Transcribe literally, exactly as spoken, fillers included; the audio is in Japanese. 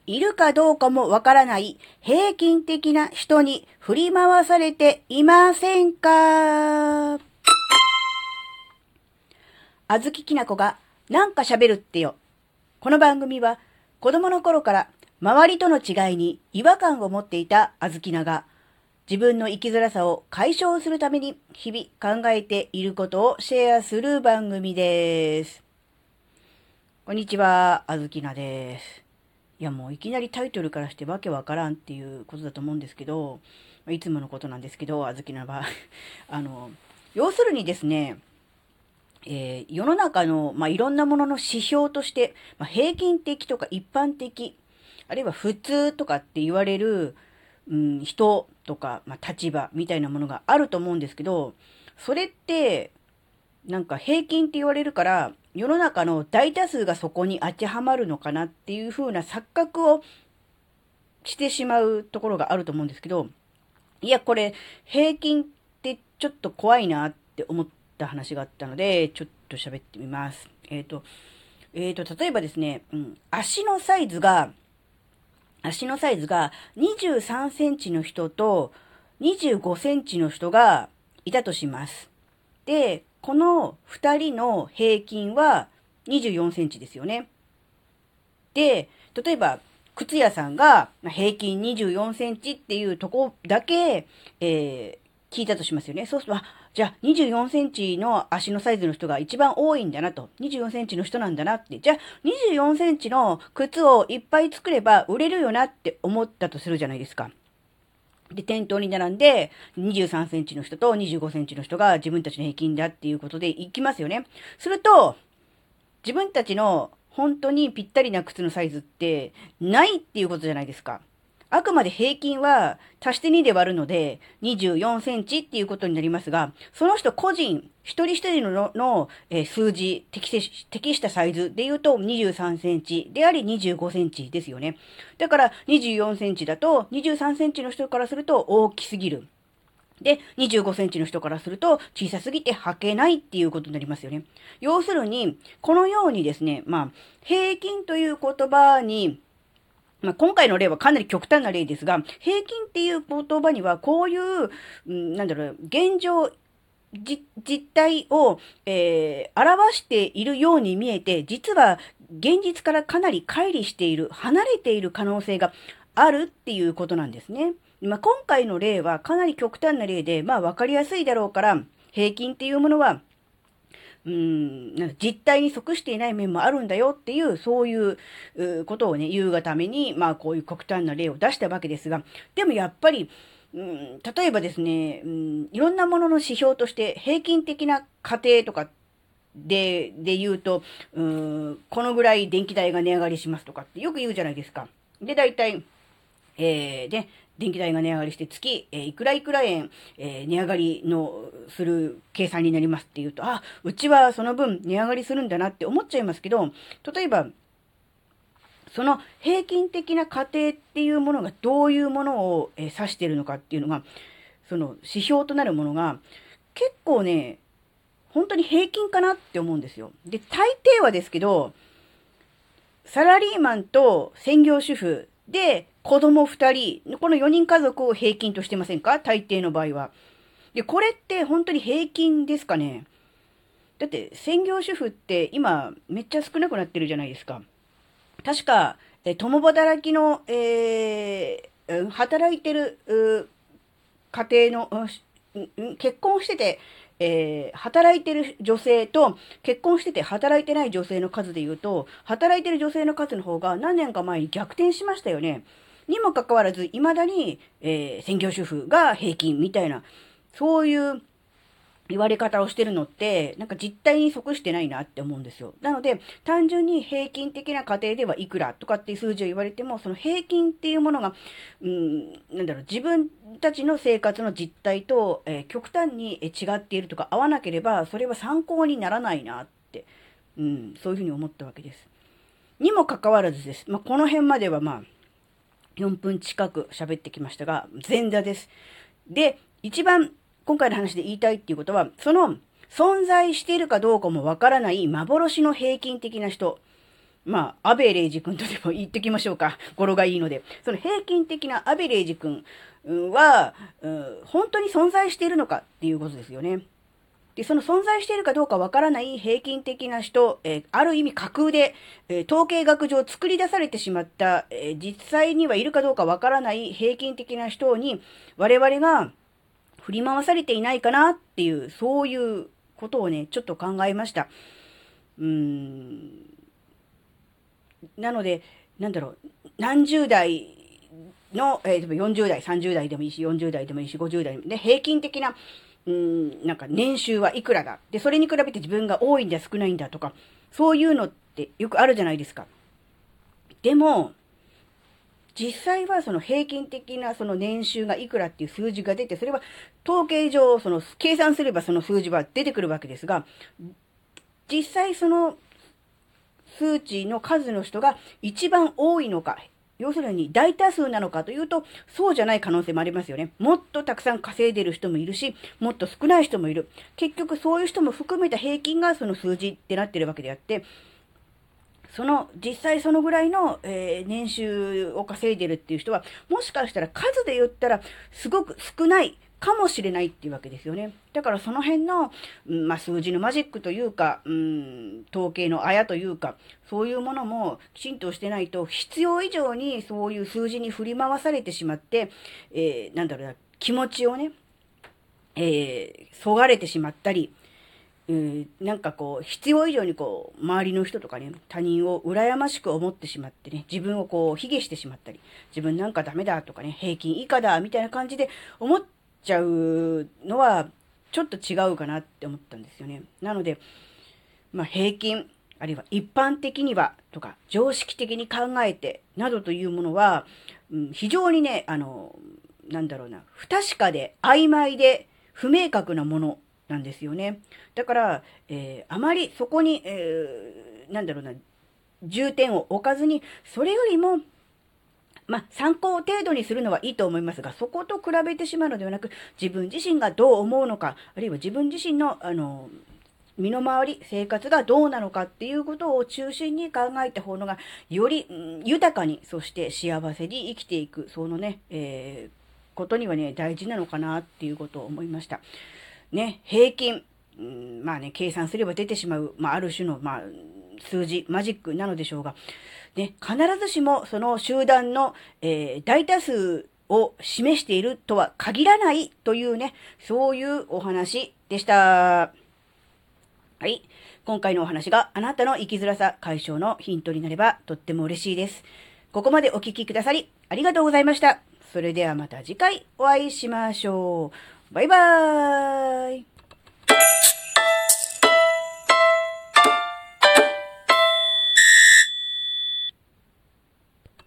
いるかどうかもわからない平均的な人に振り回されていませんか？あずききなこがなんか喋るってよ。この番組は子供の頃から周りとの違いに違和感を持っていたあずきなが自分の生きづらさを解消するために日々考えていることをシェアする番組です。こんにちは、あずきなです。いやもういきなりタイトルからしてわけわからんっていうことだと思うんですけど、いつものことなんですけど、あずきなはあの、要するにですね、えー、世の中の、まあ、いろんなものの指標として、まあ、平均的とか一般的、あるいは普通とかって言われる、うん、人とか、まあ、立場みたいなものがあると思うんですけど、それって、なんか平均って言われるから、世の中の大多数がそこに当てはまるのかなっていう風な錯覚をしてしまうところがあると思うんですけど、いや、これ、平均ってちょっと怖いなって思った話があったので、ちょっと喋ってみます。えっ、と、えっ、と、例えばですね、うん、足のサイズが、足のサイズがにじゅうさんセンチの人とにじゅうごセンチの人がいたとします。で、このふたりの平均はにじゅうよんセンチですよね。で、例えば、靴屋さんが平均にじゅうよんセンチっていうとこだけ、えー、聞いたとしますよね。そうすると、あ、じゃあにじゅうよんセンチの足のサイズの人が一番多いんだなと。にじゅうよんセンチの人なんだなって。じゃあにじゅうよんセンチの靴をいっぱい作れば売れるよなって思ったとするじゃないですか。で、店頭に並んで、にじゅうさんセンチの人とにじゅうごセンチの人が自分たちの平均だっていうことで行きますよね。すると、自分たちの本当にぴったりな靴のサイズってないっていうことじゃないですか。あくまで平均は足してにで割るのでにじゅうよんセンチっていうことになりますが、その人個人、一人一人のの、えー、数字、適し、適したサイズで言うとにじゅうさんセンチでありにじゅうごセンチですよね。だからにじゅうよんセンチだとにじゅうさんセンチの人からすると大きすぎる。で、にじゅうごセンチの人からすると小さすぎて履けないっていうことになりますよね。要するに、このようにですね、まあ、平均という言葉に、まあ、今回の例はかなり極端な例ですが、平均っていう言葉にはこういう、うん、なんだろう、現状、じ実態を、えー、表しているように見えて、実は現実からかなり乖離している、離れている可能性があるっていうことなんですね。まあ、今回の例はかなり極端な例で、まあ分かりやすいだろうから、平均っていうものは、うーん、なんか実態に即していない面もあるんだよっていう、そういううことをね、言うがために、まあこういう極端な例を出したわけですが、でもやっぱり、うん、例えばですね、うん、いろんなものの指標として平均的な家庭とかで、で言うと、うん、このぐらい電気代が値上がりしますとかってよく言うじゃないですか。で、大体、えー、で、電気代が値上がりして月、えー、いくらいくら円、えー、値上がりのする計算になりますっていうと、あ、うちはその分値上がりするんだなって思っちゃいますけど、例えば、その平均的な家庭っていうものがどういうものを、えー、指しているのかっていうのが、その指標となるものが結構ね、本当に平均かなって思うんですよ。で、大抵はですけど、サラリーマンと専業主婦で子供ふたり、このよにん家族を平均としてませんか？大抵の場合は。で、これって本当に平均ですかね？だって専業主婦って今めっちゃ少なくなってるじゃないですか。確か、え共働きの、えー、働いてる家庭の、結婚してて、えー、働いてる女性と結婚してて働いてない女性の数で言うと、働いてる女性の数の方が何年か前に逆転しましたよね。にもかかわらず、未だに、えー、専業主婦が平均みたいな、そういう言われ方をしてるのって、なんか実態に即してないなって思うんですよ。なので、単純に平均的な家庭ではいくらとかっていう数字を言われても、その平均っていうものが、うん、なんだろう、自分たちの生活の実態と、えー、極端に違っているとか合わなければ、それは参考にならないなって、うん、そういうふうに思ったわけです。にもかかわらずです。まあ、この辺まではまあ、よんぷん近く喋ってきましたが、前座です。で、一番今回の話で言いたいっていうことは、その存在しているかどうかもわからない幻の平均的な人。 まあ、アベレージ君とでも言ってきましょうか。語呂がいいので。その平均的なアベレージ君は、うん、本当に存在しているのかっていうことですよね。で、その存在しているかどうかわからない平均的な人、えー、ある意味架空で、えー、統計学上作り出されてしまった、えー、実際にはいるかどうかわからない平均的な人に、我々が振り回されていないかなっていう、そういうことをね、ちょっと考えました。うーん。なので、なんだろう、何十代の、えー、よんじゅう代、さんじゅう代でもいいし、よんじゅう代でもいいし、ごじゅう代で、平均的な、うーん、なんか年収はいくらだ。で、それに比べて自分が多いんだ、少ないんだとか、そういうのってよくあるじゃないですか。でも、実際はその平均的なその年収がいくらっていう数字が出て、それは統計上、その計算すればその数字は出てくるわけですが、実際その数値の数の人が一番多いのか、要するに大多数なのかというと、そうじゃない可能性もありますよね。もっとたくさん稼いでる人もいるし、もっと少ない人もいる。結局そういう人も含めた平均がその数字ってなってるわけであって、その、実際そのぐらいの、えー、年収を稼いでるっていう人は、もしかしたら数で言ったら、すごく少ないかもしれないっていうわけですよね。だからその辺の、うん、まあ、数字のマジックというか、うん、統計のあやというか、そういうものもきちんとしてないと、必要以上にそういう数字に振り回されてしまって、えー、なんだろうな、気持ちをね、えー、そがれてしまったり、うん、なんかこう、必要以上にこう、周りの人とかね、他人を羨ましく思ってしまってね、自分をこう、卑下してしまったり、自分なんかダメだとかね、平均以下だ、みたいな感じで思っちゃうのは、ちょっと違うかなって思ったんですよね。なので、まあ平均、あるいは一般的には、とか、常識的に考えて、などというものは、うん、非常にね、あの、なんだろうな、不確かで曖昧で不明確なものなんですよね。だから、えー、あまりそこに、えー、なんだろうな、重点を置かずに、それよりも、まあ、参考程度にするのはいいと思いますが、そこと比べてしまうのではなく、自分自身がどう思うのか、あるいは自分自身の、あの、身の回り、生活がどうなのかっていうことを中心に考えた方のが、より、うん、豊かに、そして幸せに生きていく、そのね、えー、ことにはね、大事なのかなっていうことを思いました。ね、平均、うん、まあね、計算すれば出てしまう、まあ、ある種の、まあ、数字、マジックなのでしょうが、ね、必ずしもその集団の、えー、大多数を示しているとは限らないというね、そういうお話でした。はい。今回のお話があなたの生きづらさ解消のヒントになればとっても嬉しいです。ここまでお聞きくださりありがとうございました。それではまた次回お会いしましょう。バイバーイ。